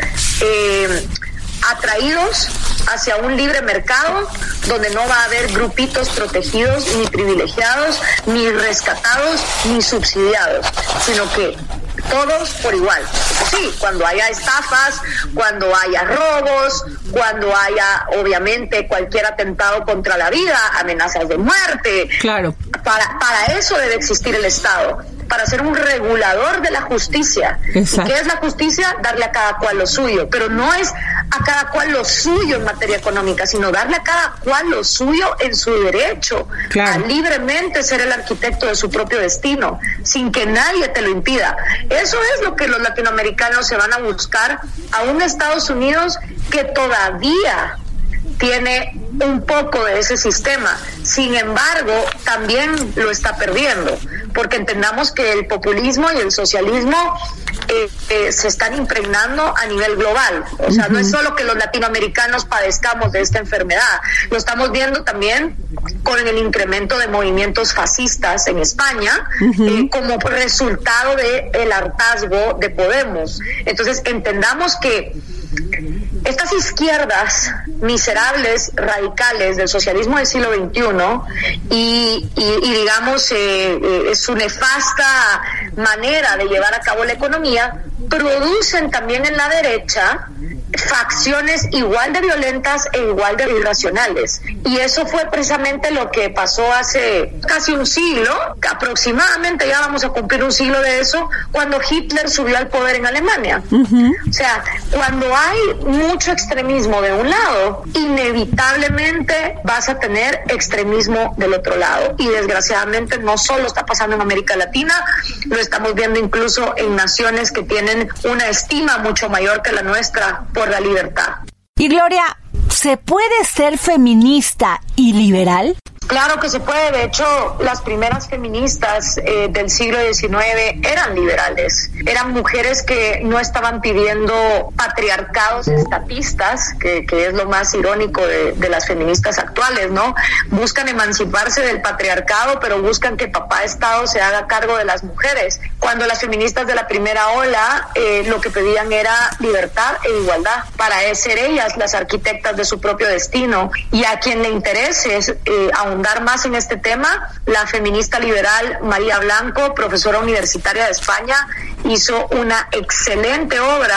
eh, atraídos hacia un libre mercado donde no va a haber grupitos protegidos ni privilegiados, ni rescatados, ni subsidiados, sino que todos por igual. Sí, cuando haya estafas, cuando haya robos, cuando haya obviamente cualquier atentado contra la vida, amenazas de muerte. Claro. Para, para eso debe existir el Estado, para ser un regulador de la justicia. Exacto. ¿Y qué es la justicia? Darle a cada cual lo suyo, pero no es a cada cual lo suyo en materia económica, sino darle a cada cual lo suyo en su derecho, claro, a libremente ser el arquitecto de su propio destino, sin que nadie te lo impida. Eso es lo que los latinoamericanos se van a buscar a un Estados Unidos que todavía tiene un poco de ese sistema. Sin embargo, también lo está perdiendo, porque entendamos que el populismo y el socialismo eh, eh, se están impregnando a nivel global. O sea, uh-huh. no es solo que los latinoamericanos padezcamos de esta enfermedad, lo estamos viendo también con el incremento de movimientos fascistas en España, uh-huh. eh, como resultado de el hartazgo de Podemos. Entonces, entendamos que estas izquierdas miserables, radicales del socialismo del siglo veintiuno y, y, y digamos eh, eh, su nefasta manera de llevar a cabo la economía, producen también en la derecha facciones igual de violentas e igual de irracionales. Y eso fue precisamente lo que pasó hace casi un siglo, aproximadamente ya vamos a cumplir un siglo de eso, cuando Hitler subió al poder en Alemania. Uh-huh. O sea, cuando hay mucho extremismo de un lado, inevitablemente vas a tener extremismo del otro lado. Y desgraciadamente no solo está pasando en América Latina, lo estamos viendo incluso en naciones que tienen una estima mucho mayor que la nuestra por la libertad. Y Gloria, ¿se puede ser feminista y liberal? Claro que se puede. De hecho, las primeras feministas eh, del siglo diecinueve eran liberales. Eran mujeres que no estaban pidiendo patriarcados estatistas, que, que es lo más irónico de, de las feministas actuales, ¿no? Buscan emanciparse del patriarcado, pero buscan que papá Estado se haga cargo de las mujeres. Cuando las feministas de la primera ola eh, lo que pedían era libertad e igualdad, para ser ellas las arquitectas de su propio destino. Y a quien le interese eh, ahondar más en este tema, la feminista liberal María Blanco, profesora universitaria de España, hizo una excelente obra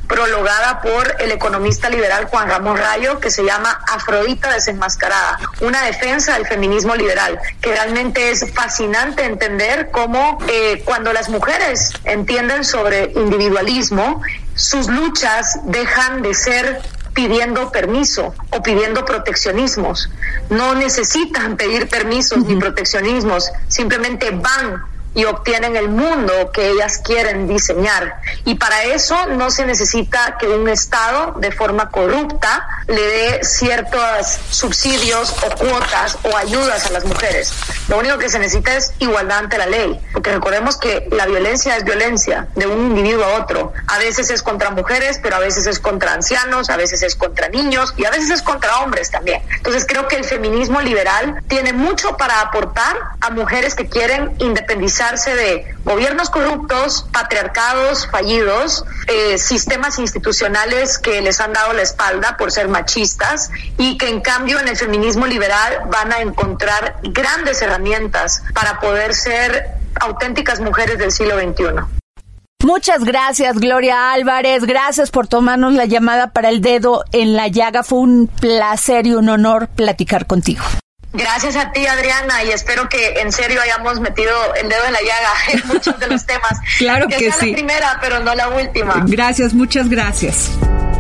prologada por el economista liberal Juan Ramón Rayo, que se llama Afrodita desenmascarada, una defensa del feminismo liberal, que realmente es fascinante entender cómo eh, cuando las mujeres entienden sobre individualismo, sus luchas dejan de ser pidiendo permiso o pidiendo proteccionismos. No necesitan pedir permisos uh-huh. ni proteccionismos, simplemente van y obtienen el mundo que ellas quieren diseñar. Y para eso no se necesita que un Estado, de forma corrupta, le dé ciertos subsidios o cuotas o ayudas a las mujeres. Lo único que se necesita es igualdad ante la ley, porque recordemos que la violencia es violencia de un individuo a otro. A veces es contra mujeres, pero a veces es contra ancianos, a veces es contra niños y a veces es contra hombres también. Entonces creo que el feminismo liberal tiene mucho para aportar a mujeres que quieren independizar de gobiernos corruptos, patriarcados fallidos, eh, sistemas institucionales que les han dado la espalda por ser machistas, y que en cambio en el feminismo liberal van a encontrar grandes herramientas para poder ser auténticas mujeres del siglo veintiuno. Muchas gracias, Gloria Álvarez. Gracias por tomarnos la llamada para El Dedo en la Llaga. Fue un placer y un honor platicar contigo. Gracias a ti, Adriana, y espero que en serio hayamos metido el dedo en la llaga en muchos de los temas. Claro que, que sea sí. La primera, pero no la última. Gracias, muchas gracias.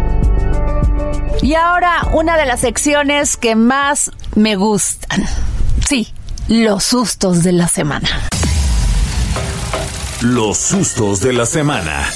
Y ahora una de las secciones que más me gustan. Sí, los sustos de la semana. Los sustos de la semana.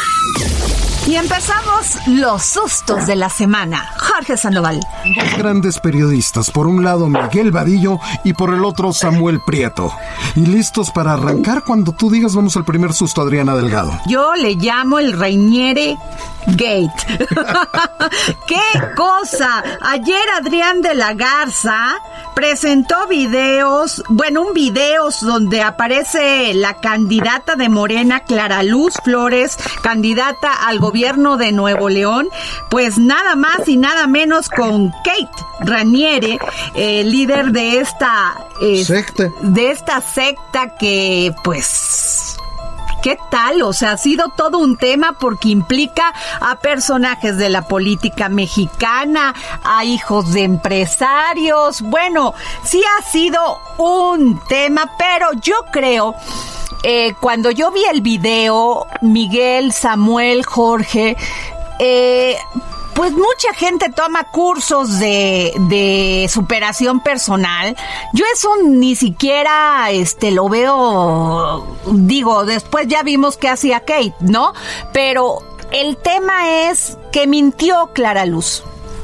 Y empezamos los sustos de la semana. Jorge Sandoval. Dos grandes periodistas, por un lado Miguel Vadillo y por el otro Samuel Prieto. Y listos para arrancar cuando tú digas. Vamos al primer susto, Adriana Delgado. Yo le llamo el Reiniere Gate. ¡Qué cosa! Ayer Adrián de la Garza presentó videos, bueno, un video donde aparece la candidata de Morena, Clara Luz Flores, candidata al gobierno de Nuevo León, pues nada más y nada menos con Kate Raniere, eh, líder de esta eh, secta, de esta secta que, pues, ¿qué tal? O sea, ha sido todo un tema porque implica a personajes de la política mexicana, a hijos de empresarios. Bueno, sí ha sido un tema, pero yo creo, eh, cuando yo vi el video, Miguel, Samuel, Jorge, eh... pues mucha gente toma cursos de, de superación personal. Yo eso ni siquiera este lo veo, digo, después ya vimos qué hacía Kate, ¿no? Pero el tema es que mintió Clara Luz.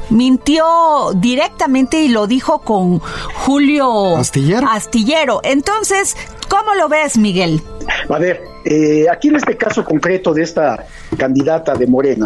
Mintió directamente y lo dijo con Julio Astillero. Astillero. Entonces, ¿cómo lo ves, Miguel? A ver, eh, aquí en este caso concreto de esta candidata de Morena,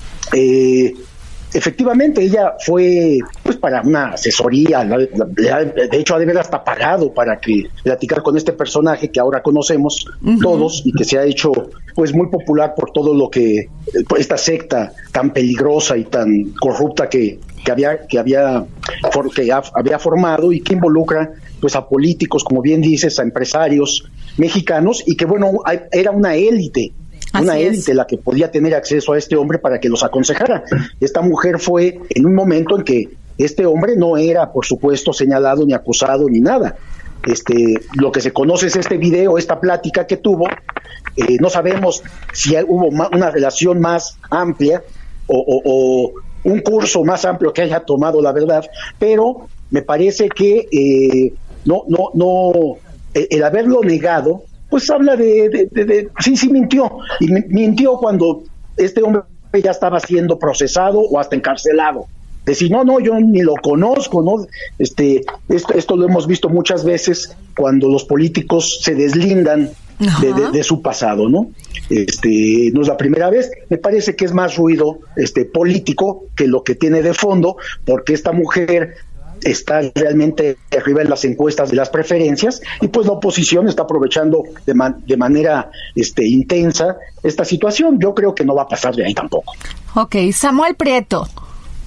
Eh, efectivamente ella fue pues para una asesoría, la, la, la, de hecho ha de haber hasta pagado para que platicar con este personaje que ahora conocemos uh-huh. todos y que se ha hecho pues muy popular por todo lo que esta secta tan peligrosa y tan corrupta que, que había que había for, que había formado y que involucra pues a políticos, como bien dices, a empresarios mexicanos, y que bueno, era una élite una élite la que podía tener acceso a este hombre para que los aconsejara. Esta mujer fue en un momento en que este hombre no era, por supuesto, señalado ni acusado ni nada. Este, lo que se conoce es este video, esta plática que tuvo. Eh, no sabemos si hubo ma- una relación más amplia o, o, o un curso más amplio que haya tomado, la verdad, pero me parece que eh, no, no, no, el, el haberlo negado pues habla de, de, de, de, sí, sí mintió, y mintió cuando este hombre ya estaba siendo procesado o hasta encarcelado. Decir, no, no, yo ni lo conozco, ¿no? Este, esto, esto lo hemos visto muchas veces cuando los políticos se deslindan de, de, de su pasado, ¿no? Este, no es la primera vez. Me parece que es más ruido este político que lo que tiene de fondo, porque esta mujer está realmente arriba en las encuestas de las preferencias, y pues la oposición está aprovechando de, man, de manera este, intensa esta situación. Yo creo que no va a pasar de ahí tampoco. Ok, Samuel Prieto.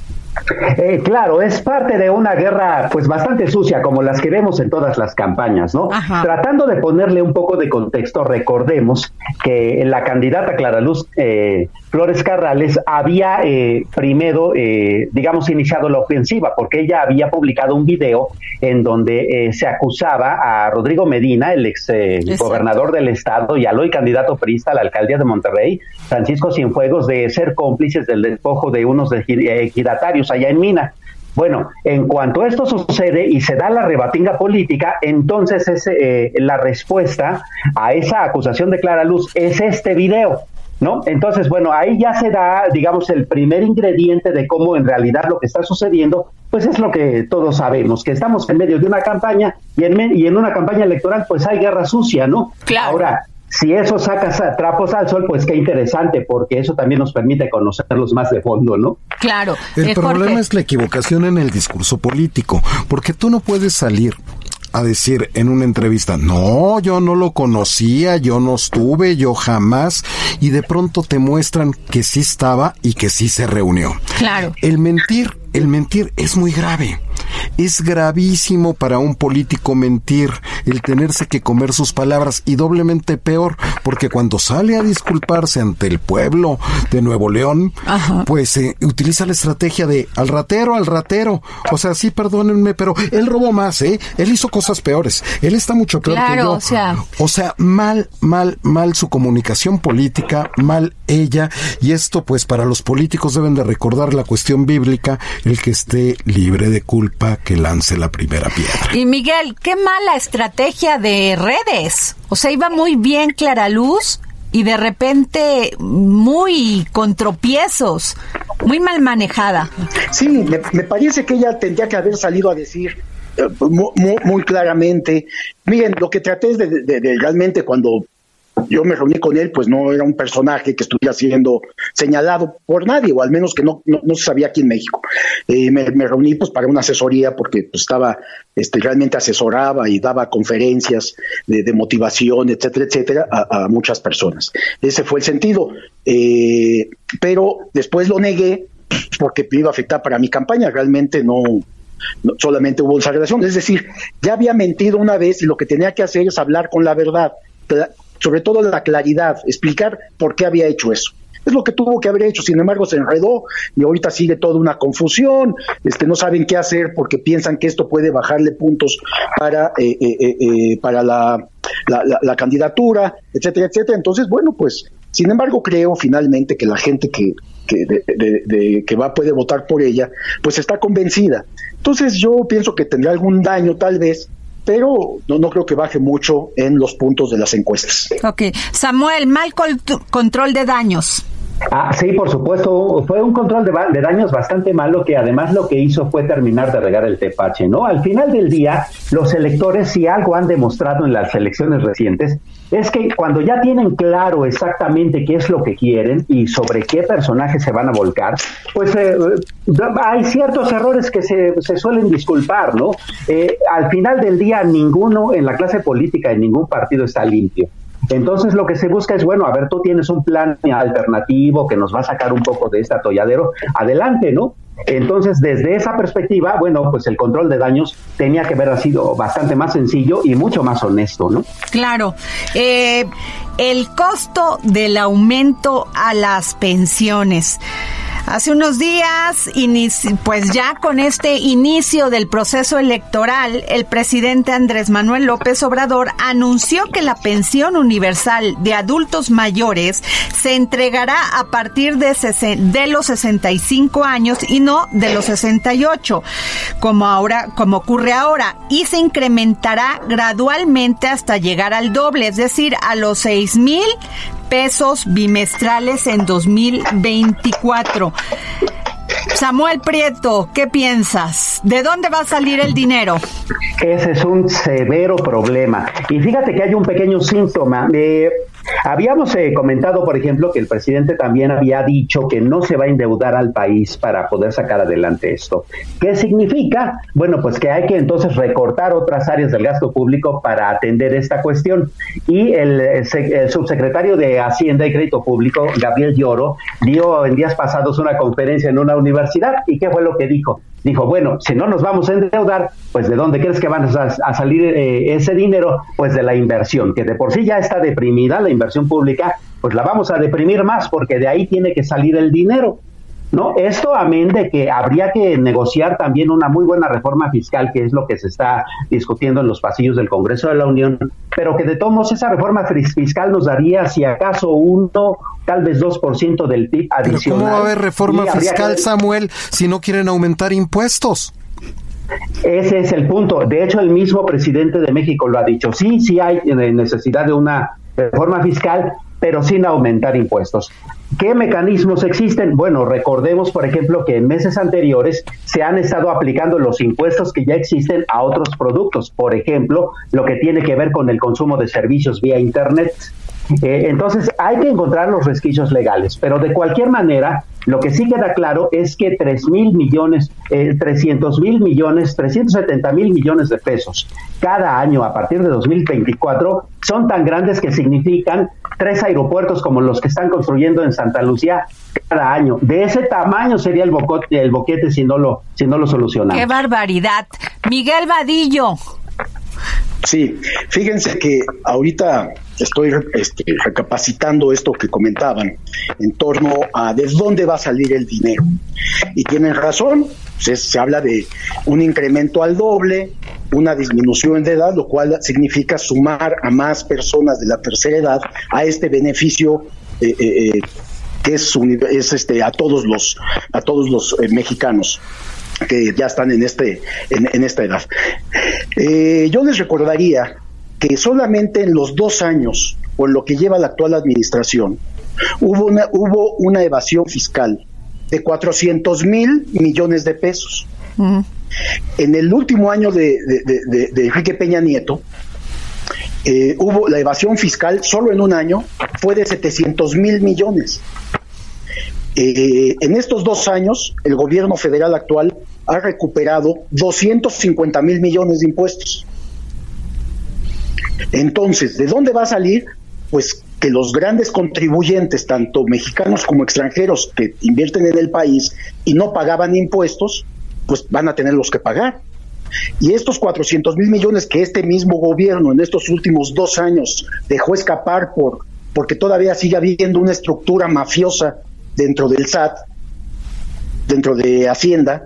Eh, claro, es parte de una guerra pues bastante sucia, como las que vemos en todas las campañas, ¿no? Ajá. Tratando de ponerle un poco de contexto, recordemos que la candidata Clara Luz eh, Flores Carrales había eh, primero, eh, digamos, iniciado la ofensiva, porque ella había publicado un video en donde eh, se acusaba a Rodrigo Medina, el ex eh, gobernador del estado y al hoy candidato priista a la alcaldía de Monterrey, Francisco Cienfuegos, de ser cómplices del despojo de unos ejidatarios allá en Mina. Bueno, en cuanto esto sucede y se da la rebatinga política, entonces es, eh, la respuesta a esa acusación de Clara Luz es este video, ¿no? Entonces, bueno, ahí ya se da, digamos, el primer ingrediente de cómo en realidad lo que está sucediendo, pues es lo que todos sabemos, que estamos en medio de una campaña y en, me- y en una campaña electoral pues hay guerra sucia, ¿no? Claro. Ahora, si eso sacas a trapos al sol, pues qué interesante, porque eso también nos permite conocerlos más de fondo, ¿no? Claro. El eh, problema Jorge. es la equivocación en el discurso político, porque tú no puedes salir a decir en una entrevista, no, yo no lo conocía, yo no estuve, yo jamás, y de pronto te muestran que sí estaba y que sí se reunió. Claro. El mentir, el mentir es muy grave. Es gravísimo para un político mentir, el tenerse que comer sus palabras, y doblemente peor, porque cuando sale a disculparse ante el pueblo de Nuevo León, Ajá. pues eh, utiliza la estrategia de al ratero, al ratero. O sea, sí, perdónenme, pero él robó más, ¿eh? Él hizo cosas peores. Él está mucho peor claro, que yo. O sea... o sea, mal, mal, mal su comunicación política, mal ella, y esto pues para los políticos deben de recordar la cuestión bíblica, el que esté libre de culpa, que lance la primera piedra. Y Miguel, qué mala estrategia de redes. O sea, iba muy bien Clara Luz y de repente muy con tropiezos, muy mal manejada. Sí, me, me parece que ella tendría que haber salido a decir eh, muy, muy claramente, miren, lo que traté es de, de, de realmente cuando yo me reuní con él, pues no era un personaje que estuviera siendo señalado por nadie, o al menos que no, no, no se sabía aquí en México. Eh, me, me reuní pues para una asesoría porque pues, estaba, este, realmente asesoraba y daba conferencias de, de motivación, etcétera, etcétera, a, a muchas personas. Ese fue el sentido. Eh, pero después lo negué porque me iba a afectar para mi campaña. Realmente no... No, solamente hubo esa relación, es decir, ya había mentido una vez y lo que tenía que hacer es hablar con la verdad, sobre todo la claridad, explicar por qué había hecho eso. Es lo que tuvo que haber hecho, sin embargo se enredó y ahorita sigue toda una confusión, este, no saben qué hacer porque piensan que esto puede bajarle puntos para eh, eh, eh, para la, la, la, la candidatura, etcétera, etcétera. Entonces, bueno, pues, sin embargo creo finalmente que la gente que que, de, de, de, que va puede votar por ella, pues está convencida. Entonces yo pienso que tendrá algún daño tal vez, pero no, no creo que baje mucho en los puntos de las encuestas. Ok. Samuel, mal col- control de daños. Ah, sí, por supuesto, fue un control de, de daños bastante malo que además lo que hizo fue terminar de regar el tepache, ¿no? Al final del día, los electores, si algo han demostrado en las elecciones recientes, es que cuando ya tienen claro exactamente qué es lo que quieren y sobre qué personaje se van a volcar, pues eh, hay ciertos errores que se, se suelen disculpar, ¿no? Eh, al final del día, ninguno en la clase política, en ningún partido está limpio. Entonces lo que se busca es, bueno, a ver, tú tienes un plan alternativo que nos va a sacar un poco de este atolladero, adelante, ¿no? Entonces, desde esa perspectiva, bueno, pues el control de daños tenía que haber sido bastante más sencillo y mucho más honesto, ¿no? Claro. Eh, el costo del aumento a las pensiones. Hace unos días, inici- pues ya con este inicio del proceso electoral, el presidente Andrés Manuel López Obrador anunció que la pensión universal de adultos mayores se entregará a partir de, sesen- de los sesenta y cinco años y no de los sesenta y ocho, como ahora, como ocurre ahora, y se incrementará gradualmente hasta llegar al doble, es decir, a los seis mil pesos bimestrales en dos mil veinticuatro. Samuel Prieto, ¿qué piensas? ¿De dónde va a salir el dinero? Ese es un severo problema. Y fíjate que hay un pequeño síntoma. Eh, Habíamos eh, comentado, por ejemplo, que el presidente también había dicho que no se va a endeudar al país para poder sacar adelante esto. ¿Qué significa? Bueno, pues que hay que entonces recortar otras áreas del gasto público para atender esta cuestión. Y el, el subsecretario de Hacienda y Crédito Público, Gabriel Lloro, dio en días pasados una conferencia en una universidad. ¿Y qué fue lo que dijo? Dijo, bueno, si no nos vamos a endeudar, pues ¿de dónde crees que van a, a salir eh, ese dinero? Pues de la inversión, que de por sí ya está deprimida, la inversión pública, pues la vamos a deprimir más, porque de ahí tiene que salir el dinero, ¿no? Esto amén de que habría que negociar también una muy buena reforma fiscal, que es lo que se está discutiendo en los pasillos del Congreso de la Unión, pero que de todos modos esa reforma fiscal nos daría, si acaso, uno, tal vez dos por ciento del P I B adicional. ¿Pero cómo va a haber reforma fiscal, que... Samuel, si no quieren aumentar impuestos? Ese es el punto. De hecho, el mismo presidente de México lo ha dicho. Sí, sí hay necesidad de una reforma fiscal, pero sin aumentar impuestos. ¿Qué mecanismos existen? Bueno, recordemos, por ejemplo, que en meses anteriores se han estado aplicando los impuestos que ya existen a otros productos. Por ejemplo, lo que tiene que ver con el consumo de servicios vía Internet. Eh, entonces, hay que encontrar los resquicios legales, pero de cualquier manera, lo que sí queda claro es que tres mil millones, eh, trescientos mil millones, trescientos setenta mil millones de pesos cada año a partir de dos mil veinticuatro son tan grandes que significan tres aeropuertos como los que están construyendo en Santa Lucía cada año. De ese tamaño sería el boquete, el boquete si no lo, si no lo solucionamos. ¡Qué barbaridad! Miguel Vadillo. Sí, fíjense que ahorita estoy este, recapacitando esto que comentaban en torno a de dónde va a salir el dinero. Y tienen razón, se, se habla de un incremento al doble, una disminución de edad, lo cual significa sumar a más personas de la tercera edad a este beneficio eh, eh, que es, es este a todos los a todos los eh, mexicanos que ya están en este en, en esta edad. Eh, yo les recordaría que solamente en los dos años, o en lo que lleva la actual administración, hubo una, hubo una evasión fiscal de cuatrocientos mil millones de pesos. Uh-huh. En el último año de, de, de, de Enrique Peña Nieto, eh, hubo la evasión fiscal solo en un año fue de setecientos mil millones. Eh, en estos dos años, el gobierno federal actual ha recuperado doscientos cincuenta mil millones de impuestos. Entonces, ¿de dónde va a salir? Pues que los grandes contribuyentes, tanto mexicanos como extranjeros, que invierten en el país y no pagaban impuestos, pues van a tenerlos que pagar. Y estos cuatrocientos mil millones que este mismo gobierno en estos últimos dos años dejó escapar por porque todavía sigue habiendo una estructura mafiosa dentro del S A T, dentro de Hacienda,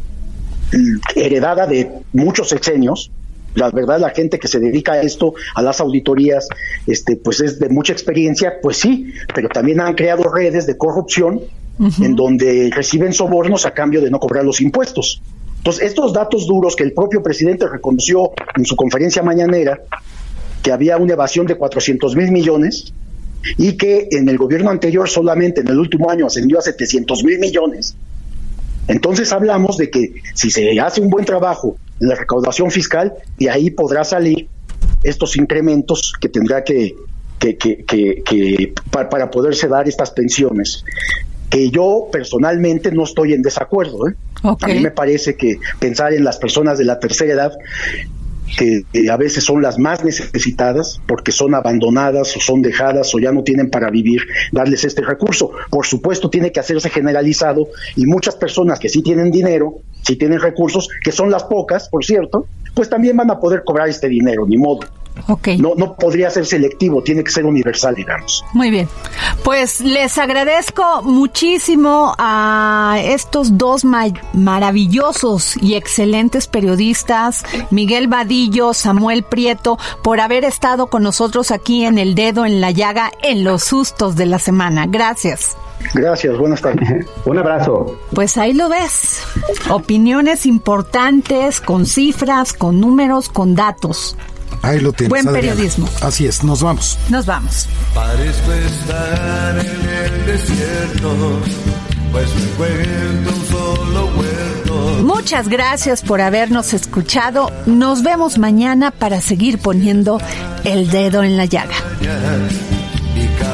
heredada de muchos sexenios. La verdad, la gente que se dedica a esto, a las auditorías, este, pues es de mucha experiencia, pues sí, pero también han creado redes de corrupción uh-huh. en donde reciben sobornos a cambio de no cobrar los impuestos. Entonces, estos datos duros que el propio presidente reconoció en su conferencia mañanera, que había una evasión de cuatrocientos mil millones y que en el gobierno anterior solamente en el último año ascendió a setecientos mil millones. Entonces hablamos de que si se hace un buen trabajo en la recaudación fiscal, de ahí podrá salir estos incrementos que tendrá que, que, que, que, que para, para poderse dar estas pensiones, que yo personalmente no estoy en desacuerdo, ¿eh? Okay. A mí me parece que pensar en las personas de la tercera edad, que, que a veces son las más necesitadas porque son abandonadas o son dejadas o ya no tienen para vivir, darles este recurso. Por supuesto tiene que hacerse generalizado y muchas personas que sí tienen dinero, sí tienen recursos, que son las pocas, por cierto, pues también van a poder cobrar este dinero, ni modo. Okay. No, no podría ser selectivo, tiene que ser universal, digamos. Muy bien. Pues les agradezco muchísimo a estos dos ma- maravillosos y excelentes periodistas, Miguel Vadillo, Samuel Prieto, por haber estado con nosotros aquí en El Dedo en la Llaga en los sustos de la semana. Gracias. Gracias, buenas tardes. Un abrazo. Pues ahí lo ves. Opiniones importantes, con cifras, con números, con datos. Ahí lo tienes, buen Adriana. Periodismo. Así es, nos vamos. Nos vamos. Parezco estar en el desierto, pues me encuentro un solo huerto. Muchas gracias por habernos escuchado. Nos vemos mañana para seguir poniendo el dedo en la llaga.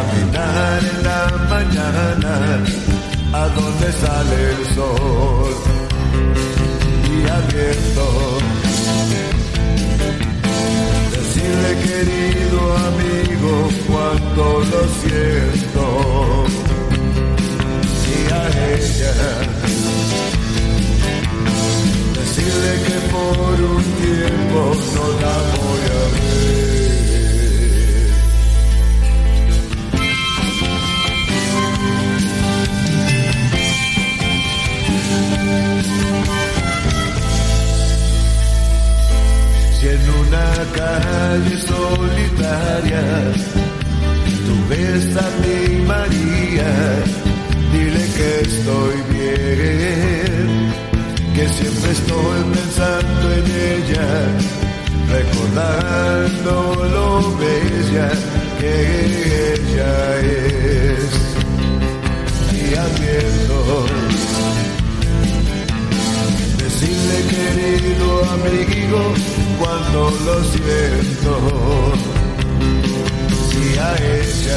caminar en la mañana a donde sale el sol y abierto. Decirle querido amigo cuánto lo siento y a ella decirle que por un tiempo no la voy a ver. Si en una calle solitaria tú ves a mi María, dile que estoy bien, que siempre estoy pensando en ella, recordando lo bella que ella es. Y abierto, decirle querido amigo cuánto lo siento, y a ella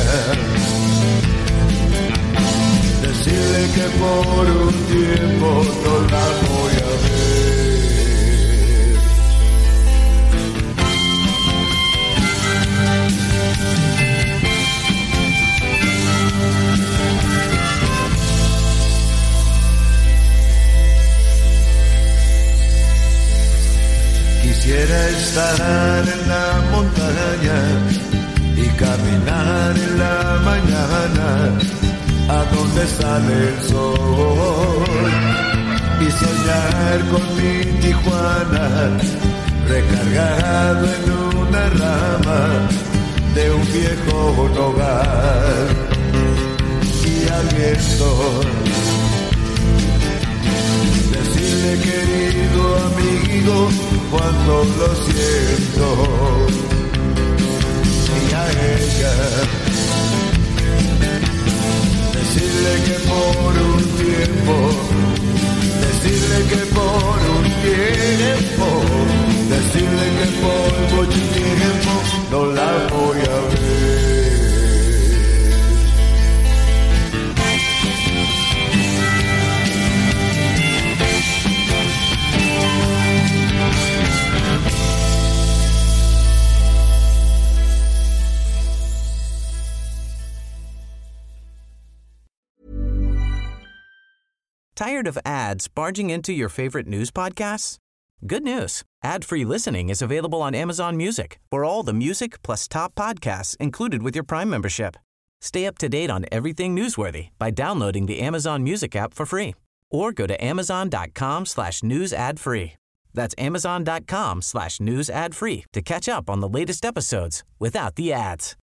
decirle que por un tiempo no la voy a ver. Quisiera estar en la montaña y caminar en la mañana a donde sale el sol y soñar con mi Tijuana recargado en una rama de un viejo hogar y al viento decirle querido amigo cuánto lo siento y a ella decirle que por un tiempo, decirle que por un tiempo, decirle que por mucho tiempo no la voy a ver. Tired of ads barging into your favorite news podcasts? Good news. Ad-free listening is available on Amazon Music for all the music plus top podcasts included with your Prime membership. Stay up to date on everything newsworthy by downloading the Amazon Music app for free or go to amazon.com slash news ad free. That's amazon.com slash news ad free to catch up on the latest episodes without the ads.